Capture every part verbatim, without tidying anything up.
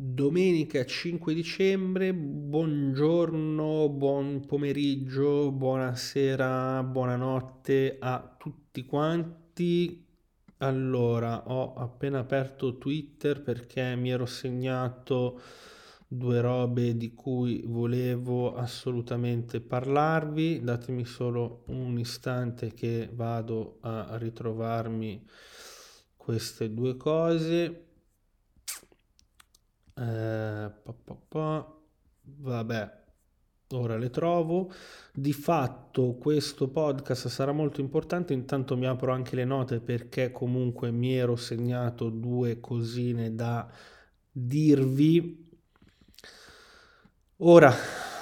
Domenica cinque dicembre, buongiorno, buon pomeriggio, buonasera, buonanotte a tutti quanti. Allora, ho appena aperto Twitter perché mi ero segnato due robe di cui volevo assolutamente parlarvi. Datemi solo un istante che vado a ritrovarmi queste due cose. Eh, pa, pa, pa. Vabbè, ora le trovo. Di fatto questo podcast sarà molto importante, intanto mi apro anche le note perché comunque mi ero segnato due cosine da dirvi. Ora,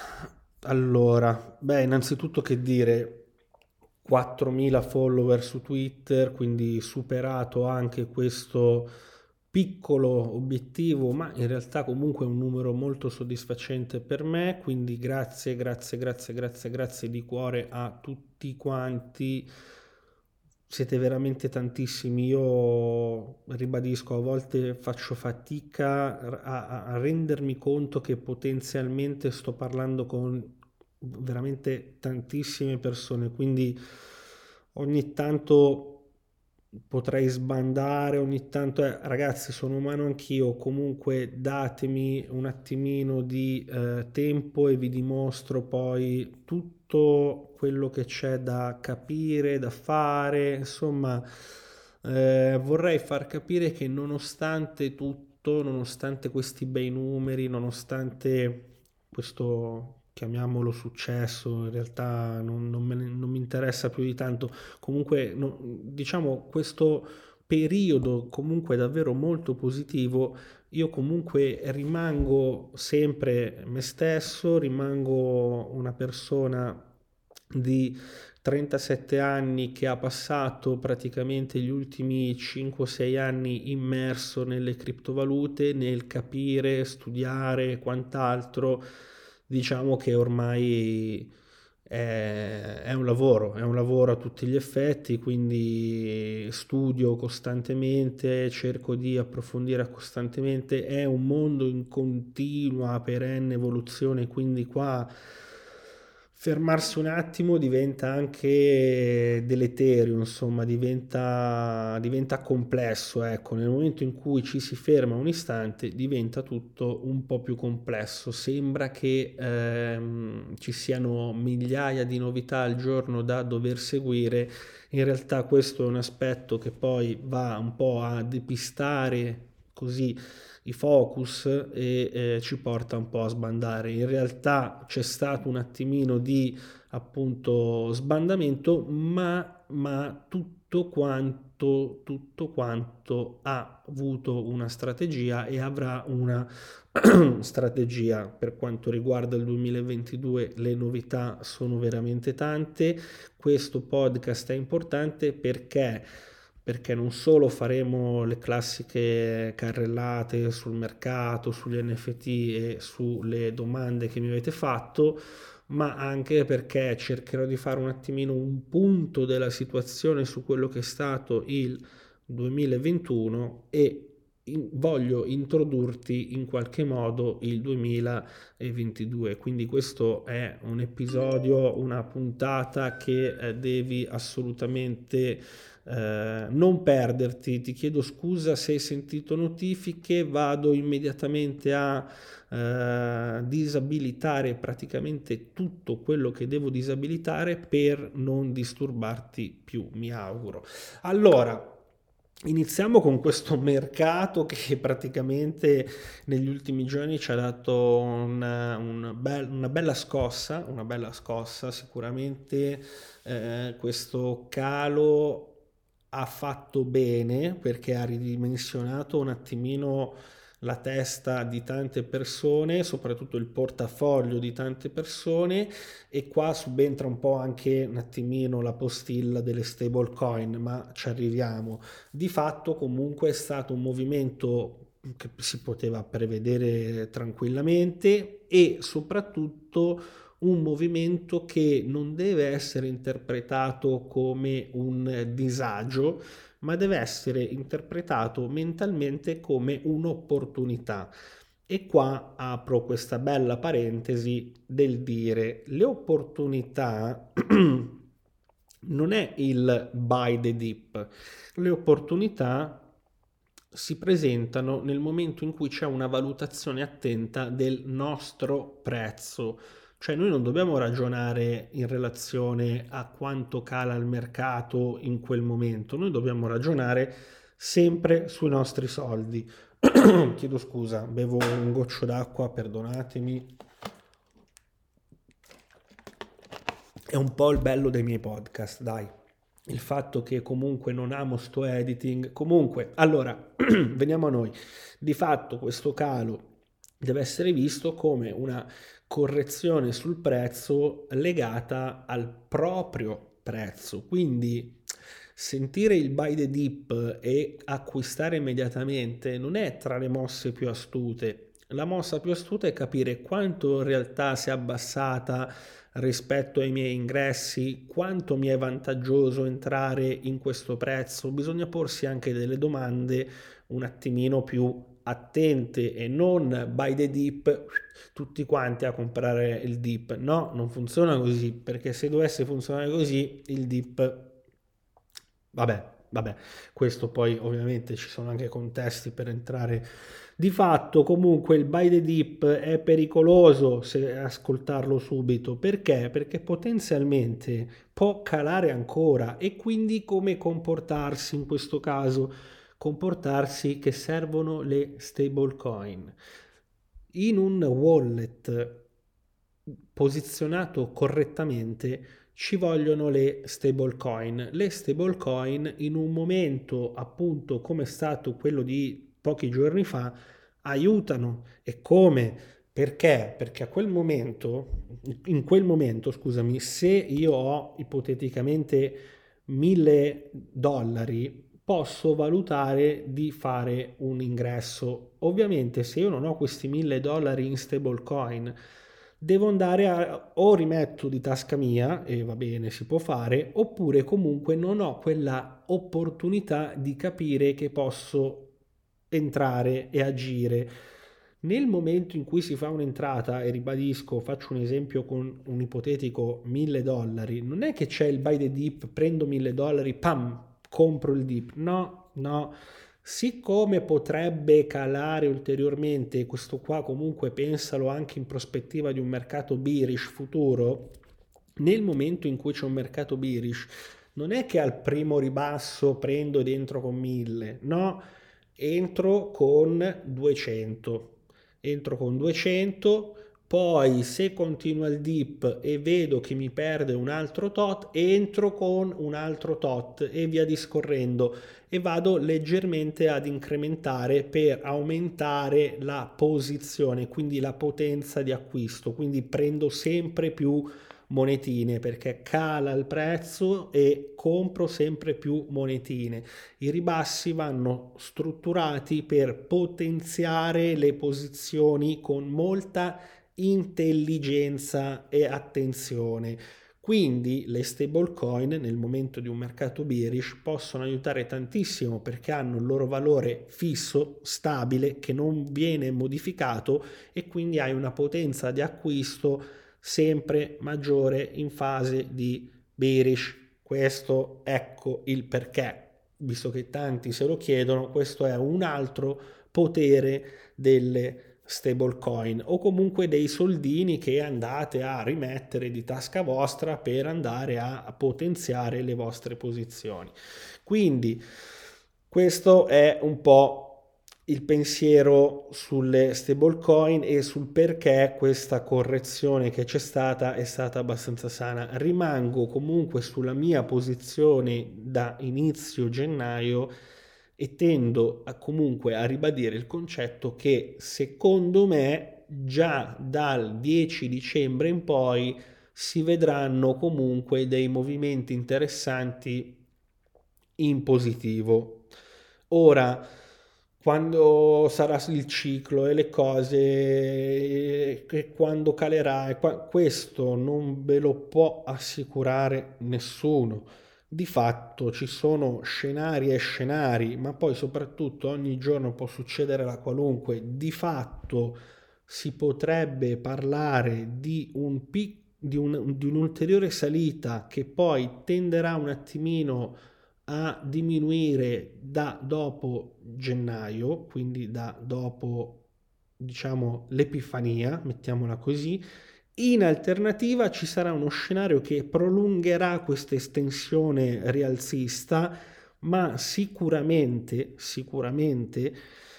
allora, beh, innanzitutto che dire, quattromila follower su Twitter, quindi superato anche questo piccolo obiettivo, ma in realtà comunque è un numero molto soddisfacente per me, quindi grazie, grazie, grazie, grazie, grazie di cuore a tutti quanti. Siete veramente tantissimi, io ribadisco, a volte faccio fatica a, a rendermi conto che potenzialmente sto parlando con veramente tantissime persone, quindi ogni tanto potrei sbandare, ogni tanto, eh, ragazzi, sono umano anch'io, comunque datemi un attimino di eh, tempo e vi dimostro poi tutto quello che c'è da capire, da fare, insomma, eh, vorrei far capire che nonostante tutto, nonostante questi bei numeri, nonostante questo, chiamiamolo successo, in realtà non, non me ne- non mi interessa più di tanto, comunque no- diciamo questo periodo comunque davvero molto positivo, io comunque rimango sempre me stesso, rimango una persona di trentasette anni che ha passato praticamente gli ultimi cinque sei anni immerso nelle criptovalute, nel capire, studiare e quant'altro. Diciamo che ormai è, è un lavoro, è un lavoro a tutti gli effetti, quindi studio costantemente, cerco di approfondire costantemente, è un mondo in continua, perenne evoluzione, quindi qua fermarsi un attimo diventa anche deleterio, insomma, diventa, diventa complesso, ecco, nel momento in cui ci si ferma un istante diventa tutto un po' più complesso, sembra che ehm, ci siano migliaia di novità al giorno da dover seguire, in realtà questo è un aspetto che poi va un po' a depistare così i focus e eh, ci porta un po' a sbandare. In realtà c'è stato un attimino di appunto sbandamento, ma, ma tutto quanto, tutto quanto ha avuto una strategia e avrà una strategia. Per quanto riguarda il duemilaventidue, le novità sono veramente tante. Questo podcast è importante perché perché non solo faremo le classiche carrellate sul mercato, sugli N F T e sulle domande che mi avete fatto, ma anche perché cercherò di fare un attimino un punto della situazione su quello che è stato il duemilaventuno e in- voglio introdurti in qualche modo il duemilaventidue. Quindi questo è un episodio, una puntata che eh, devi assolutamente eh, non perderti. Ti chiedo scusa se hai sentito notifiche, vado immediatamente a eh, disabilitare praticamente tutto quello che devo disabilitare per non disturbarti più, mi auguro. Allora, iniziamo con questo mercato che praticamente negli ultimi giorni ci ha dato una, una bel- una bella scossa, una bella scossa, sicuramente eh, questo calo ha fatto bene perché ha ridimensionato un attimino la testa di tante persone, soprattutto il portafoglio di tante persone, e qua subentra un po' anche un attimino la postilla delle stablecoin, ma ci arriviamo. Di fatto comunque è stato un movimento che si poteva prevedere tranquillamente e soprattutto un movimento che non deve essere interpretato come un disagio, ma deve essere interpretato mentalmente come un'opportunità. E qua apro questa bella parentesi del dire le opportunità non è il buy the dip, le opportunità si presentano nel momento in cui c'è una valutazione attenta del nostro prezzo. Cioè noi non dobbiamo ragionare in relazione a quanto cala il mercato in quel momento, noi dobbiamo ragionare sempre sui nostri soldi. Chiedo scusa, bevo un goccio d'acqua, perdonatemi. È un po' il bello dei miei podcast, dai. Il fatto che comunque non amo sto editing. Comunque, allora, veniamo a noi. Di fatto questo calo deve essere visto come una correzione sul prezzo legata al proprio prezzo. Quindi sentire il buy the dip e acquistare immediatamente non è tra le mosse più astute. La mossa più astuta è capire quanto in realtà si è abbassata rispetto ai miei ingressi, quanto mi è vantaggioso entrare in questo prezzo. Bisogna porsi anche delle domande un attimino più attente e non buy the dip tutti quanti a comprare il dip. No, non funziona così, perché se dovesse funzionare così il dip, vabbè, vabbè, questo poi ovviamente ci sono anche contesti per entrare. Di fatto comunque il buy the dip è pericoloso se ascoltarlo subito. Perché? Perché potenzialmente può calare ancora. E quindi come comportarsi in questo caso? Comportarsi che servono le stablecoin. In un wallet posizionato correttamente ci vogliono le stablecoin. Le stablecoin in un momento appunto come è stato quello di pochi giorni fa aiutano. E come? Perché? Perché a quel momento, in quel momento, scusami, se io ho ipoteticamente mille dollari, posso valutare di fare un ingresso. Ovviamente, se io non ho questi mille dollari in stablecoin, devo andare a o rimetto di tasca mia e va bene, si può fare, oppure comunque non ho quella opportunità di capire che posso entrare e agire. Nel momento in cui si fa un'entrata, e ribadisco, faccio un esempio con un ipotetico mille dollari, non è che c'è il buy the dip, prendo mille dollari, pam, compro il dip. No, no. Siccome potrebbe calare ulteriormente, questo qua comunque pensalo anche in prospettiva di un mercato bearish futuro, nel momento in cui c'è un mercato bearish, non è che al primo ribasso prendo dentro con mille, no, entro con duecento, entro con duecento, poi se continua il dip e vedo che mi perde un altro tot, entro con un altro tot e via discorrendo e vado leggermente ad incrementare per aumentare la posizione, quindi la potenza di acquisto, quindi prendo sempre più monetine perché cala il prezzo e compro sempre più monetine. I ribassi vanno strutturati per potenziare le posizioni con molta intelligenza e attenzione. Quindi le stablecoin nel momento di un mercato bearish possono aiutare tantissimo perché hanno il loro valore fisso, stabile, che non viene modificato e quindi hai una potenza di acquisto sempre maggiore in fase di bearish. Questo ecco il perché, visto che tanti se lo chiedono, questo è un altro potere delle stablecoin o comunque dei soldini che andate a rimettere di tasca vostra per andare a potenziare le vostre posizioni. Quindi questo è un po' il pensiero sulle stablecoin e sul perché questa correzione che c'è stata è stata abbastanza sana. Rimango comunque sulla mia posizione da inizio gennaio e tendo a comunque a ribadire il concetto che secondo me già dal dieci dicembre in poi si vedranno comunque dei movimenti interessanti in positivo. Ora, quando sarà il ciclo e le cose, e quando calerà, e qua, questo non ve lo può assicurare nessuno. Di fatto ci sono scenari e scenari, ma poi soprattutto ogni giorno può succedere la qualunque. Di fatto si potrebbe parlare di un pic- di un- di un'ulteriore salita che poi tenderà un attimino a diminuire da dopo gennaio, quindi da dopo, diciamo, l'Epifania, mettiamola così. In alternativa ci sarà uno scenario che prolungherà questa estensione rialzista, ma sicuramente, sicuramente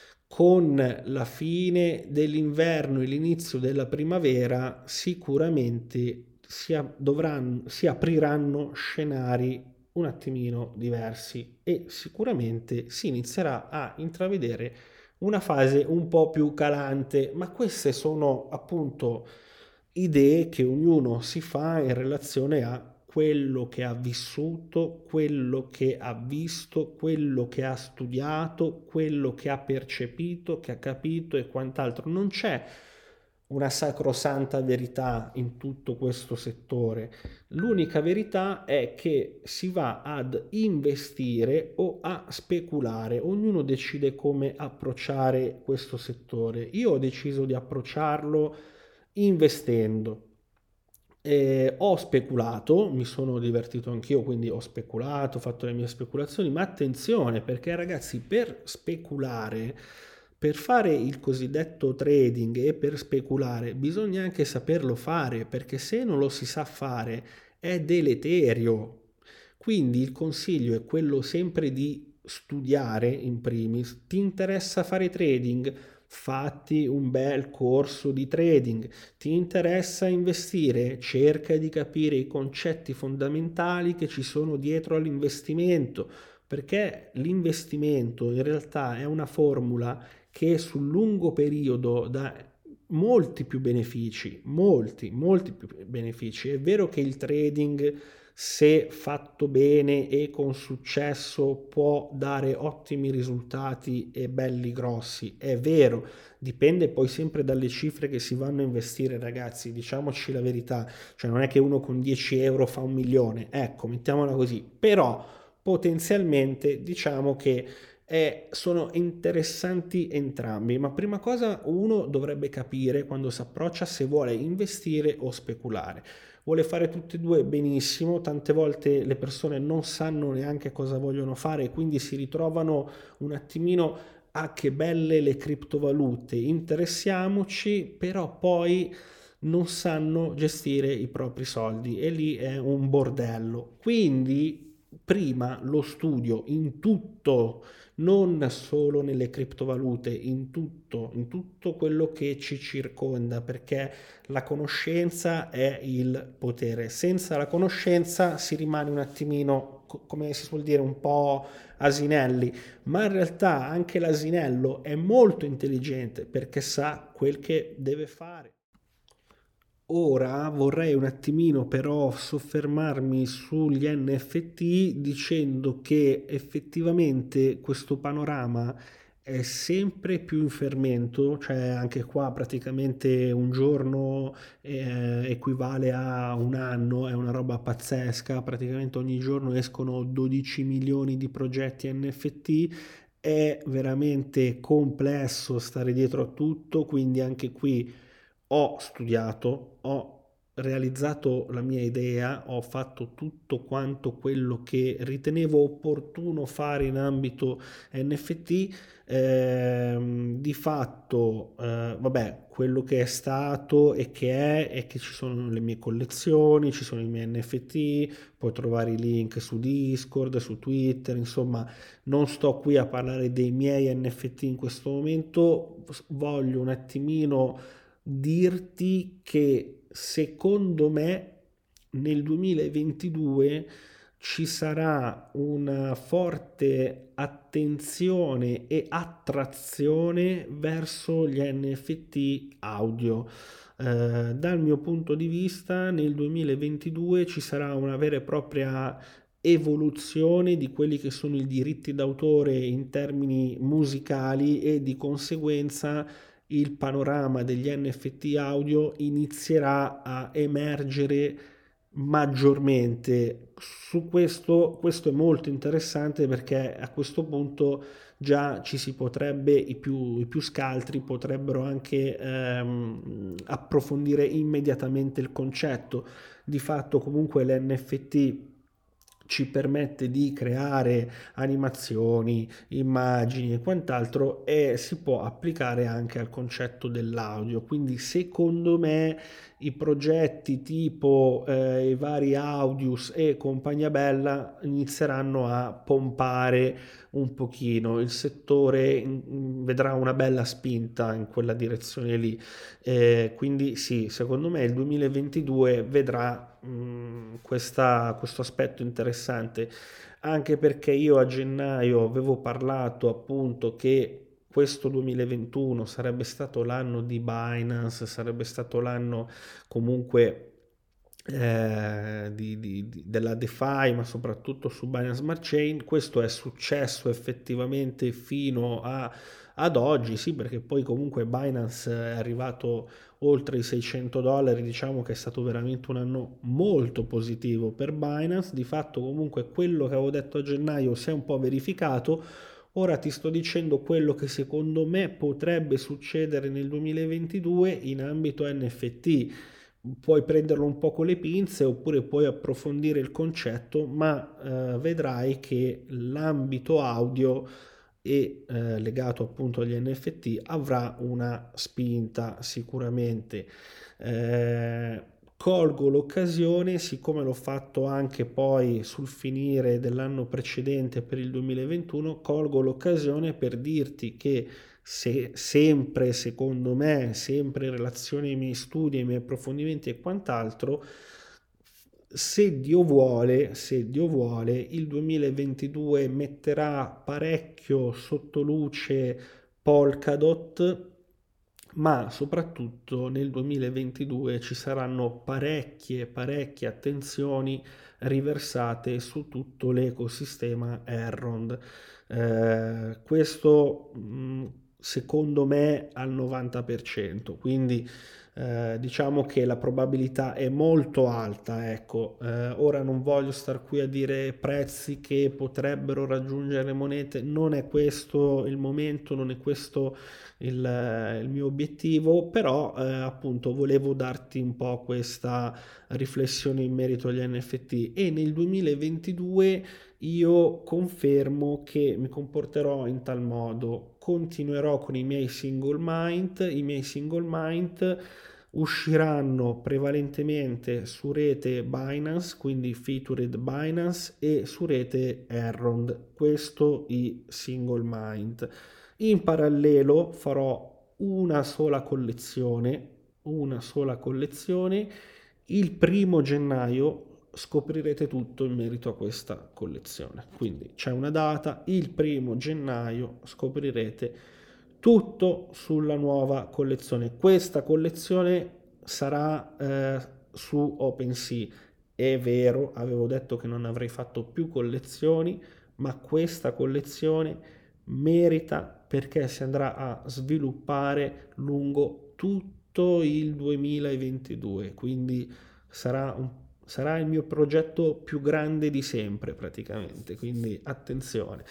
con la fine dell'inverno e l'inizio della primavera, sicuramente si, a- dovranno, si apriranno scenari un attimino diversi e sicuramente si inizierà a intravedere una fase un po' più calante, ma queste sono appunto idee che ognuno si fa in relazione a quello che ha vissuto, quello che ha visto, quello che ha studiato, quello che ha percepito, che ha capito e quant'altro. Non c'è una sacrosanta verità in tutto questo settore. L'unica verità è che si va ad investire o a speculare. Ognuno decide come approcciare questo settore. Io ho deciso di approcciarlo investendo. Eh, ho speculato, mi sono divertito anch'io, quindi ho speculato, ho fatto le mie speculazioni, ma attenzione perché ragazzi, per speculare, per fare il cosiddetto trading e per speculare, bisogna anche saperlo fare, perché se non lo si sa fare è deleterio. Quindi il consiglio è quello sempre di studiare in primis. Ti interessa fare trading? Fatti un bel corso di trading. Ti interessa investire? Cerca di capire i concetti fondamentali che ci sono dietro all'investimento, perché l'investimento in realtà è una formula che sul lungo periodo dà molti più benefici, molti, molti più benefici. È vero che il trading, se fatto bene e con successo, può dare ottimi risultati e belli grossi, è vero, dipende poi sempre dalle cifre che si vanno a investire, ragazzi, diciamoci la verità, cioè non è che uno con dieci euro fa un milione, ecco, mettiamola così, però potenzialmente diciamo che eh, sono interessanti entrambi, ma prima cosa uno dovrebbe capire quando si approccia se vuole investire o speculare. Vuole fare tutti e due benissimo, tante volte le persone non sanno neanche cosa vogliono fare e quindi si ritrovano un attimino a che belle le criptovalute, interessiamoci, però poi non sanno gestire i propri soldi e lì è un bordello. Quindi prima lo studio in tutto, non solo nelle criptovalute, in tutto, in tutto quello che ci circonda, perché la conoscenza è il potere. Senza la conoscenza si rimane un attimino, come si suol dire, un po' asinelli, ma in realtà anche l'asinello è molto intelligente perché sa quel che deve fare. Ora vorrei un attimino però soffermarmi sugli N F T dicendo che effettivamente questo panorama è sempre più in fermento, cioè anche qua praticamente un giorno eh, equivale a un anno, è una roba pazzesca, praticamente ogni giorno escono dodici milioni di progetti N F T, è veramente complesso stare dietro a tutto, quindi anche qui ho studiato, ho realizzato la mia idea, ho fatto tutto quanto quello che ritenevo opportuno fare in ambito N F T. Ehm, di fatto, eh, vabbè, quello che è stato e che è, è che ci sono le mie collezioni, ci sono i miei N F T, puoi trovare i link su Discord, su Twitter, insomma, non sto qui a parlare dei miei N F T in questo momento, voglio un attimino dirti che secondo me nel duemilaventidue ci sarà una forte attenzione e attrazione verso gli N F T audio. Eh, dal mio punto di vista, nel duemilaventidue ci sarà una vera e propria evoluzione di quelli che sono i diritti d'autore in termini musicali e di conseguenza il panorama degli N F T audio inizierà a emergere maggiormente. Su questo, questo è molto interessante perché a questo punto già ci si potrebbe, i più, i più scaltri potrebbero anche ehm, approfondire immediatamente il concetto. Di fatto comunque l'N F T ci permette di creare animazioni, immagini e quant'altro e si può applicare anche al concetto dell'audio. Quindi secondo me i progetti tipo eh, i vari Audius e compagnia bella inizieranno a pompare un pochino, il settore mm, vedrà una bella spinta in quella direzione lì. Eh, quindi sì, secondo me il duemilaventidue vedrà mh, questa- questo aspetto interessante, anche perché io a gennaio avevo parlato appunto che questo duemilaventuno sarebbe stato l'anno di Binance, sarebbe stato l'anno comunque eh, di- di- di- della DeFi, ma soprattutto su Binance Smart Chain. Questo è successo effettivamente fino a- ad oggi, sì, perché poi comunque Binance è arrivato oltre i seicento dollari, diciamo che è stato veramente un anno molto positivo per Binance. Di fatto comunque quello che avevo detto a gennaio si è un po' verificato. Ora ti sto dicendo quello che secondo me potrebbe succedere nel duemilaventidue in ambito N F T. Puoi prenderlo un po' con le pinze oppure puoi approfondire il concetto, ma eh, vedrai che l'ambito audio e eh, legato appunto agli N F T avrà una spinta sicuramente. Eh, colgo l'occasione, siccome l'ho fatto anche poi sul finire dell'anno precedente per il duemilaventuno, colgo l'occasione per dirti che se sempre, secondo me, sempre in relazione ai miei studi, ai miei approfondimenti e quant'altro, se Dio vuole, se Dio vuole, il duemilaventidue metterà parecchio sotto luce Polkadot, ma soprattutto nel duemilaventidue ci saranno parecchie, parecchie attenzioni riversate su tutto l'ecosistema Errond. Eh, questo mh, secondo me al novanta per cento, quindi eh, diciamo che la probabilità è molto alta, ecco. Eh, ora non voglio star qui a dire prezzi che potrebbero raggiungere le monete, non è questo il momento, non è questo il, il mio obiettivo, però eh, appunto volevo darti un po' questa riflessione in merito agli N F T e nel duemilaventidue io confermo che mi comporterò in tal modo, continuerò con i miei single mind, i miei single mind usciranno prevalentemente su rete Binance, quindi featured Binance e su rete Errond, questo i single mind. In parallelo farò una sola collezione, una sola collezione. Il primo gennaio scoprirete tutto in merito a questa collezione. Quindi c'è una data, il primo gennaio scoprirete tutto sulla nuova collezione. Questa collezione sarà eh, su OpenSea. È vero, avevo detto che non avrei fatto più collezioni, ma questa collezione merita perché si andrà a sviluppare lungo tutto il duemilaventidue, quindi sarà, un, sarà il mio progetto più grande di sempre praticamente, quindi attenzione.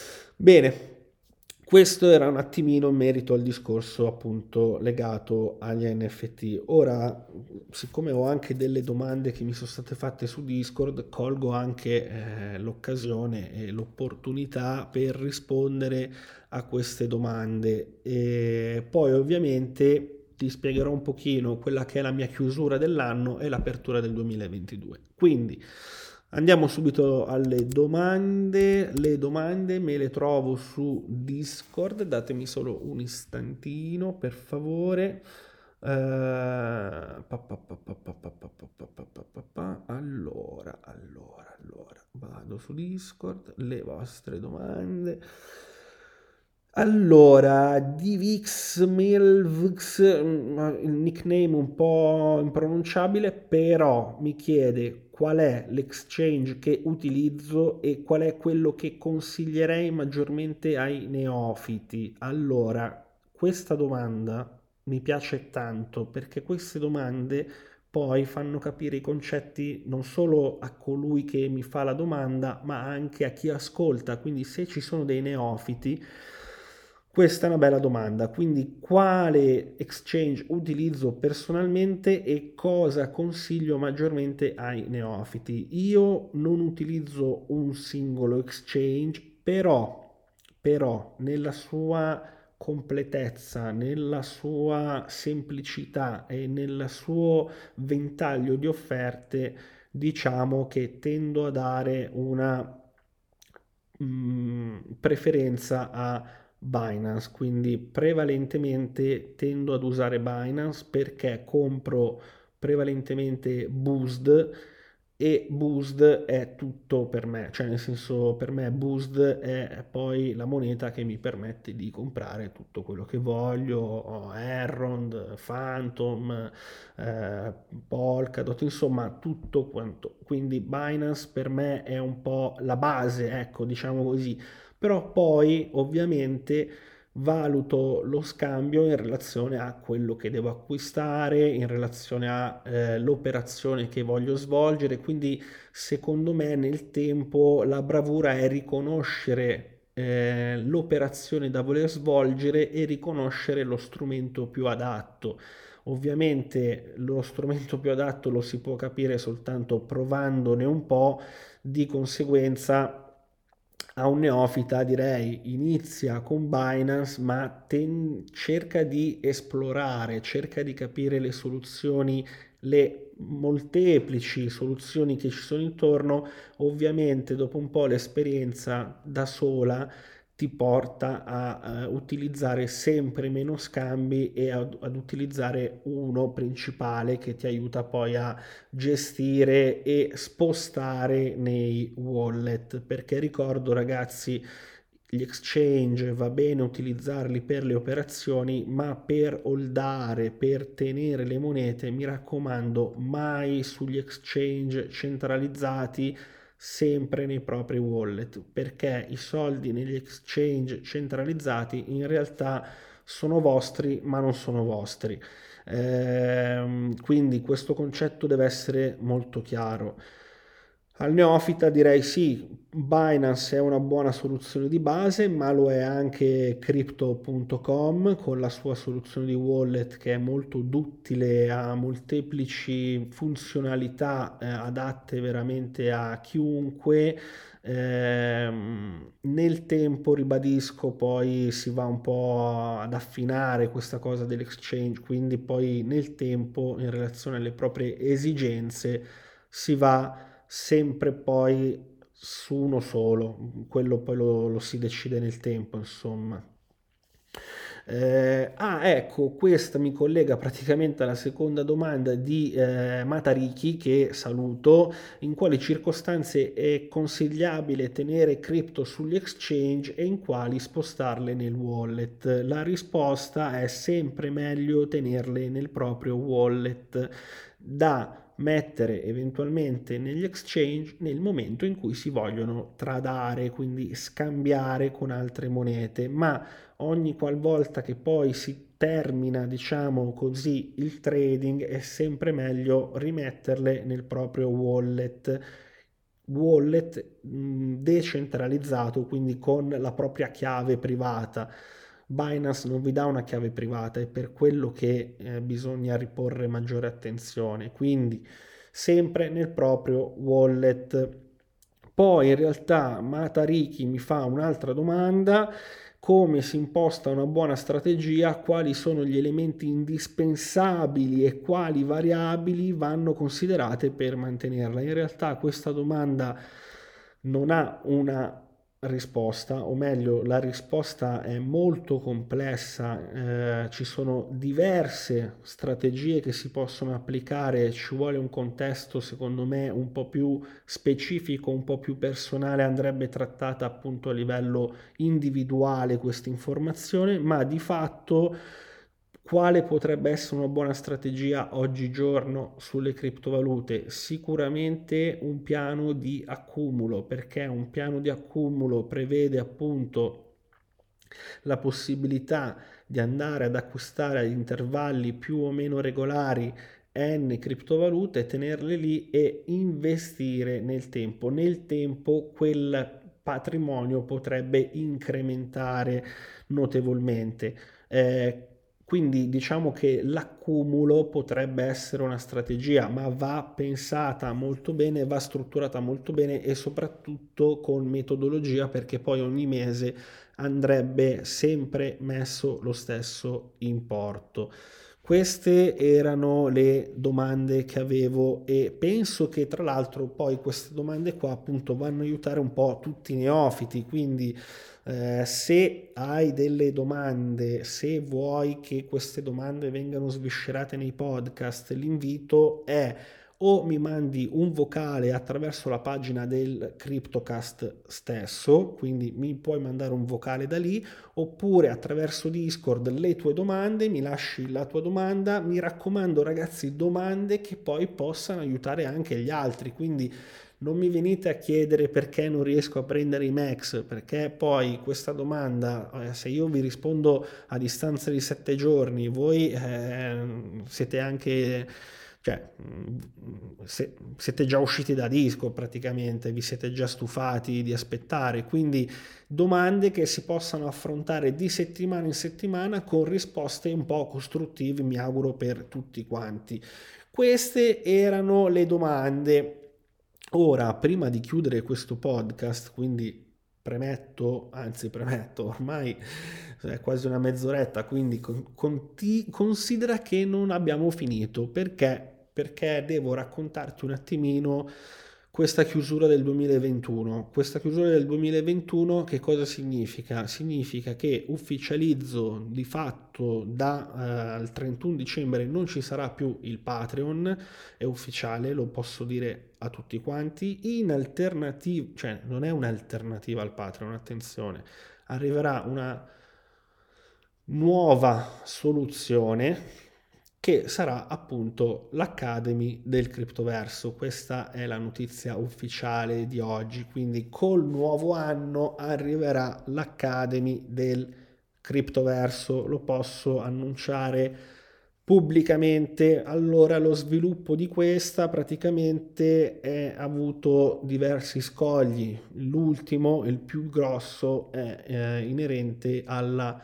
Bene, questo era un attimino in merito al discorso appunto legato agli N F T. Ora, siccome ho anche delle domande che mi sono state fatte su Discord, colgo anche eh, l'occasione e l'opportunità per rispondere a queste domande. E poi ovviamente ti spiegherò un pochino quella che è la mia chiusura dell'anno e l'apertura del duemilaventidue. Quindi andiamo subito alle domande. Le domande me le trovo su Discord, datemi solo un istantino per favore. Eh, pa, pa, pa, pa, pa, pa, pa, pa, pa, pa, pa, pa. Allora, allora, allora, vado su Discord, le vostre domande. Allora, Divixmilvx, mm, il nickname un po' impronunciabile, però mi chiede qual è l'exchange che utilizzo e qual è quello che consiglierei maggiormente ai neofiti. Allora, questa domanda mi piace tanto perché queste domande poi fanno capire i concetti non solo a colui che mi fa la domanda, ma anche a chi ascolta. Quindi se ci sono dei neofiti, questa è una bella domanda. Quindi quale exchange utilizzo personalmente e cosa consiglio maggiormente ai neofiti? Io non utilizzo un singolo exchange, però, però nella sua completezza, nella sua semplicità e nel suo ventaglio di offerte, diciamo che tendo a dare una mh, preferenza a Binance, quindi prevalentemente tendo ad usare Binance perché compro prevalentemente Boost e Boost è tutto per me, cioè nel senso per me Boost è poi la moneta che mi permette di comprare tutto quello che voglio, ho Errond, Phantom, eh, Polkadot, insomma tutto quanto. Quindi Binance per me è un po' la base, ecco, diciamo così. Però poi ovviamente valuto lo scambio in relazione a quello che devo acquistare, in relazione all'operazione che voglio svolgere, quindi secondo me nel tempo la bravura è riconoscere eh, l'operazione da voler svolgere e riconoscere lo strumento più adatto. Ovviamente lo strumento più adatto lo si può capire soltanto provandone un po', di conseguenza a un neofita direi inizia con Binance, ma ten- cerca di esplorare, cerca di capire le soluzioni, le molteplici soluzioni che ci sono intorno. Ovviamente dopo un po' l'esperienza da sola ti porta a, eh, utilizzare sempre meno scambi e ad, ad utilizzare uno principale che ti aiuta poi a gestire e spostare nei wallet, perché ricordo ragazzi, gli exchange va bene utilizzarli per le operazioni, ma per holdare, per tenere le monete, mi raccomando, mai sugli exchange centralizzati, sempre nei propri wallet, perché i soldi negli exchange centralizzati in realtà sono vostri, ma non sono vostri. Ehm, quindi questo concetto deve essere molto chiaro. Al neofita direi sì, Binance è una buona soluzione di base, ma lo è anche crypto punto com con la sua soluzione di wallet che è molto duttile, ha molteplici funzionalità eh, adatte veramente a chiunque. Ehm, nel tempo, ribadisco, poi si va un po' ad affinare questa cosa dell'exchange, quindi poi nel tempo, in relazione alle proprie esigenze, si va sempre poi su uno solo, quello poi lo, lo si decide nel tempo, insomma. Eh, ah, ecco, questa mi collega praticamente alla seconda domanda di eh, Matariki, che saluto. In quali circostanze è consigliabile tenere cripto sugli exchange e in quali spostarle nel wallet? La risposta è sempre meglio tenerle nel proprio wallet da mettere eventualmente negli exchange nel momento in cui si vogliono tradare, quindi scambiare con altre monete, ma ogni qualvolta che poi si termina, diciamo così, il trading è sempre meglio rimetterle nel proprio wallet wallet mh, decentralizzato, quindi con la propria chiave privata. Binance non vi dà una chiave privata, è per quello che eh, bisogna riporre maggiore attenzione, quindi sempre nel proprio wallet. Poi in realtà Matariki mi fa un'altra domanda: come si imposta una buona strategia, quali sono gli elementi indispensabili e quali variabili vanno considerate per mantenerla. In realtà questa domanda non ha una risposta, o meglio, la risposta è molto complessa, eh, ci sono diverse strategie che si possono applicare, ci vuole un contesto secondo me un po' più specifico, un po' più personale, andrebbe trattata appunto a livello individuale questa informazione, ma di fatto quale potrebbe essere una buona strategia oggigiorno sulle criptovalute? Sicuramente un piano di accumulo, perché un piano di accumulo prevede appunto la possibilità di andare ad acquistare ad intervalli più o meno regolari n criptovalute, tenerle lì e investire nel tempo. Nel tempo quel patrimonio potrebbe incrementare notevolmente. Eh, quindi diciamo che l'accumulo potrebbe essere una strategia, ma va pensata molto bene, va strutturata molto bene e soprattutto con metodologia, perché poi ogni mese andrebbe sempre messo lo stesso importo. Queste erano le domande che avevo e penso che tra l'altro poi queste domande qua appunto vanno a aiutare un po' tutti i neofiti, quindi eh, se hai delle domande, se vuoi che queste domande vengano sviscerate nei podcast, l'invito è o mi mandi un vocale attraverso la pagina del CryptoCast stesso, quindi mi puoi mandare un vocale da lì, oppure attraverso Discord le tue domande, mi lasci la tua domanda, mi raccomando ragazzi, domande che poi possano aiutare anche gli altri, quindi non mi venite a chiedere perché non riesco a prendere i Max, perché poi questa domanda, eh, se io vi rispondo a distanza di sette giorni, voi eh, siete anche, cioè, se, siete già usciti da disco praticamente, vi siete già stufati di aspettare, quindi domande che si possano affrontare di settimana in settimana con risposte un po' costruttive, mi auguro per tutti quanti. Queste erano le domande. Ora, prima di chiudere questo podcast, quindi premetto, anzi premetto, ormai è quasi una mezz'oretta, quindi con, conti, considera che non abbiamo finito. Perché? Perché devo raccontarti un attimino questa chiusura del duemilaventuno. Questa chiusura del duemilaventuno che cosa significa? Significa che ufficializzo di fatto dal eh, trentuno dicembre non ci sarà più il Patreon, è ufficiale, lo posso dire a tutti quanti. In alternativa, cioè non è un'alternativa al Patreon, attenzione, arriverà una nuova soluzione che sarà appunto l'Academy del Criptoverso. Questa è la notizia ufficiale di oggi, quindi col nuovo anno arriverà l'Academy del Criptoverso, lo posso annunciare pubblicamente. Allora, lo sviluppo di questa praticamente è avuto diversi scogli. L'ultimo, il più grosso, è eh, inerente alla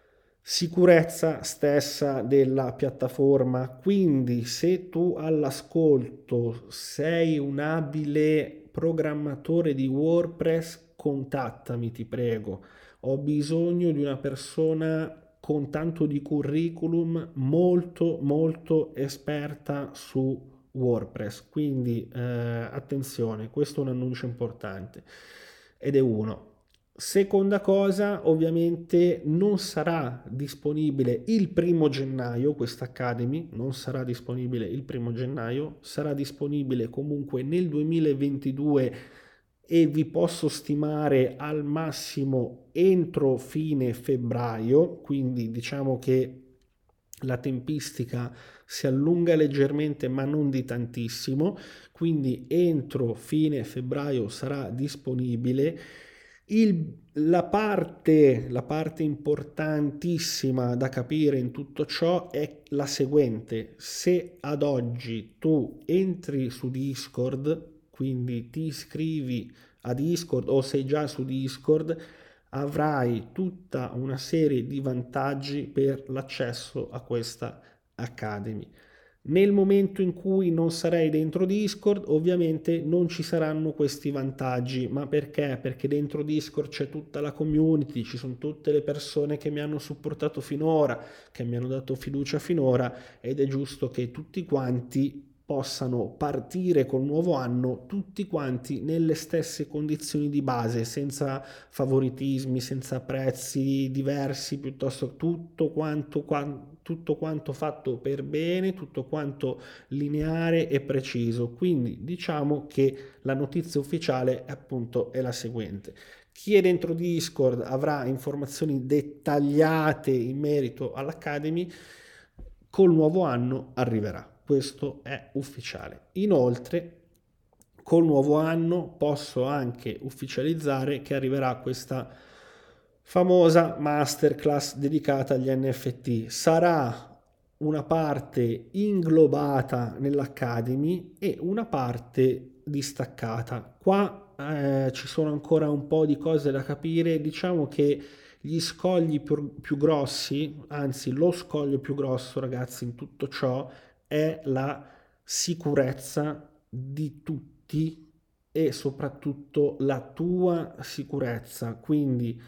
sicurezza stessa della piattaforma. Quindi se tu all'ascolto sei un abile programmatore di WordPress, contattami, ti prego. Ho bisogno di una persona con tanto di curriculum, molto molto esperta su WordPress. Quindi eh, attenzione, questo è un annuncio importante ed è uno. Seconda cosa, ovviamente non sarà disponibile il primo gennaio, questa Academy non sarà disponibile il primo gennaio, sarà disponibile comunque nel duemilaventidue e vi posso stimare al massimo entro fine febbraio, quindi diciamo che la tempistica si allunga leggermente ma non di tantissimo, quindi entro fine febbraio sarà disponibile. Il, la, parte, la parte importantissima da capire in tutto ciò è la seguente: se ad oggi tu entri su Discord, quindi ti iscrivi a Discord o sei già su Discord, avrai tutta una serie di vantaggi per l'accesso a questa Academy. Nel momento in cui non sarei dentro Discord, ovviamente non ci saranno questi vantaggi. Ma perché? Perché dentro Discord c'è tutta la community, ci sono tutte le persone che mi hanno supportato finora, che mi hanno dato fiducia finora, ed è giusto che tutti quanti possano partire col nuovo anno tutti quanti nelle stesse condizioni di base, senza favoritismi, senza prezzi diversi, piuttosto tutto quanto, tutto quanto fatto per bene, tutto quanto lineare e preciso. Quindi diciamo che la notizia ufficiale appunto è la seguente: chi è dentro Discord avrà informazioni dettagliate in merito all'Academy, col nuovo anno arriverà. Questo è ufficiale. Inoltre, col nuovo anno posso anche ufficializzare che arriverà questa famosa masterclass dedicata agli N F T. Sarà una parte inglobata nell'Academy e una parte distaccata. Qua eh, ci sono ancora un po' di cose da capire. Diciamo che gli scogli più, più grossi, anzi lo scoglio più grosso, ragazzi, in tutto ciò è la sicurezza di tutti e soprattutto la tua sicurezza. Quindi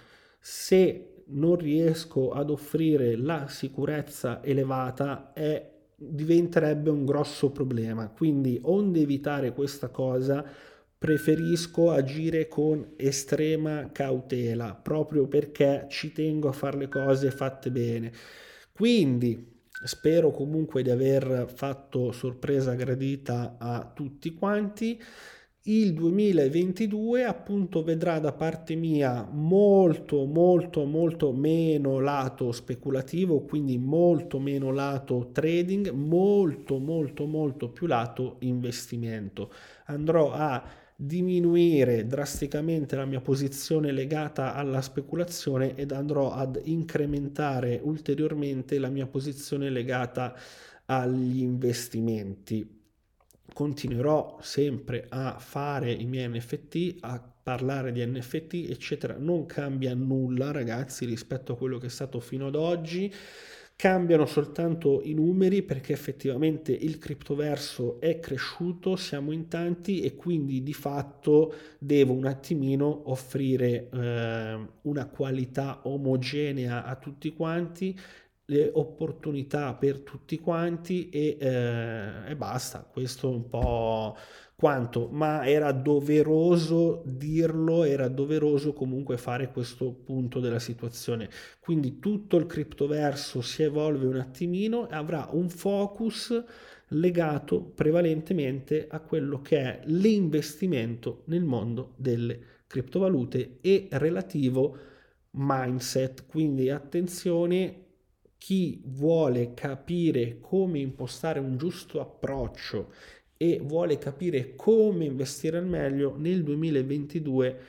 se non riesco ad offrire la sicurezza elevata è, diventerebbe un grosso problema. Quindi onde evitare questa cosa preferisco agire con estrema cautela proprio perché ci tengo a fare le cose fatte bene. Quindi spero comunque di aver fatto sorpresa gradita a tutti quanti. Il duemilaventidue appunto vedrà da parte mia molto molto molto meno lato speculativo, quindi molto meno lato trading, molto molto molto più lato investimento. Andrò a diminuire drasticamente la mia posizione legata alla speculazione ed andrò ad incrementare ulteriormente la mia posizione legata agli investimenti. Continuerò sempre a fare i miei N F T, a parlare di N F T, eccetera. Non cambia nulla, ragazzi, rispetto a quello che è stato fino ad oggi. Cambiano soltanto i numeri perché effettivamente il criptoverso è cresciuto, siamo in tanti e quindi di fatto devo un attimino offrire eh, una qualità omogenea a tutti quanti, le opportunità per tutti quanti e, eh, e basta. Questo è un po' quanto, ma era doveroso dirlo, era doveroso comunque fare questo punto della situazione. Quindi tutto il criptoverso si evolve un attimino e avrà un focus legato prevalentemente a quello che è l'investimento nel mondo delle criptovalute e relativo mindset. Quindi attenzione, chi vuole capire come impostare un giusto approccio e vuole capire come investire al meglio nel duemilaventidue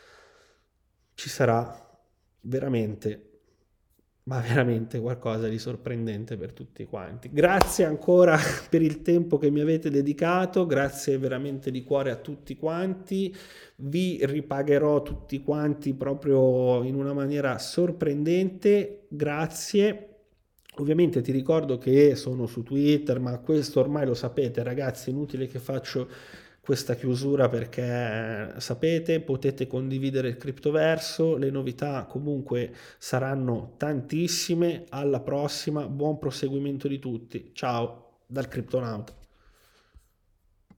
ci sarà veramente, ma veramente qualcosa di sorprendente per tutti quanti. Grazie ancora per il tempo che mi avete dedicato, grazie veramente di cuore a tutti quanti, vi ripagherò tutti quanti proprio in una maniera sorprendente, grazie. Ovviamente ti ricordo che sono su Twitter, ma questo ormai lo sapete, ragazzi, inutile che faccio questa chiusura perché sapete, potete condividere il criptoverso, le novità comunque saranno tantissime. Alla prossima, buon proseguimento di tutti. Ciao dal Cryptonaut.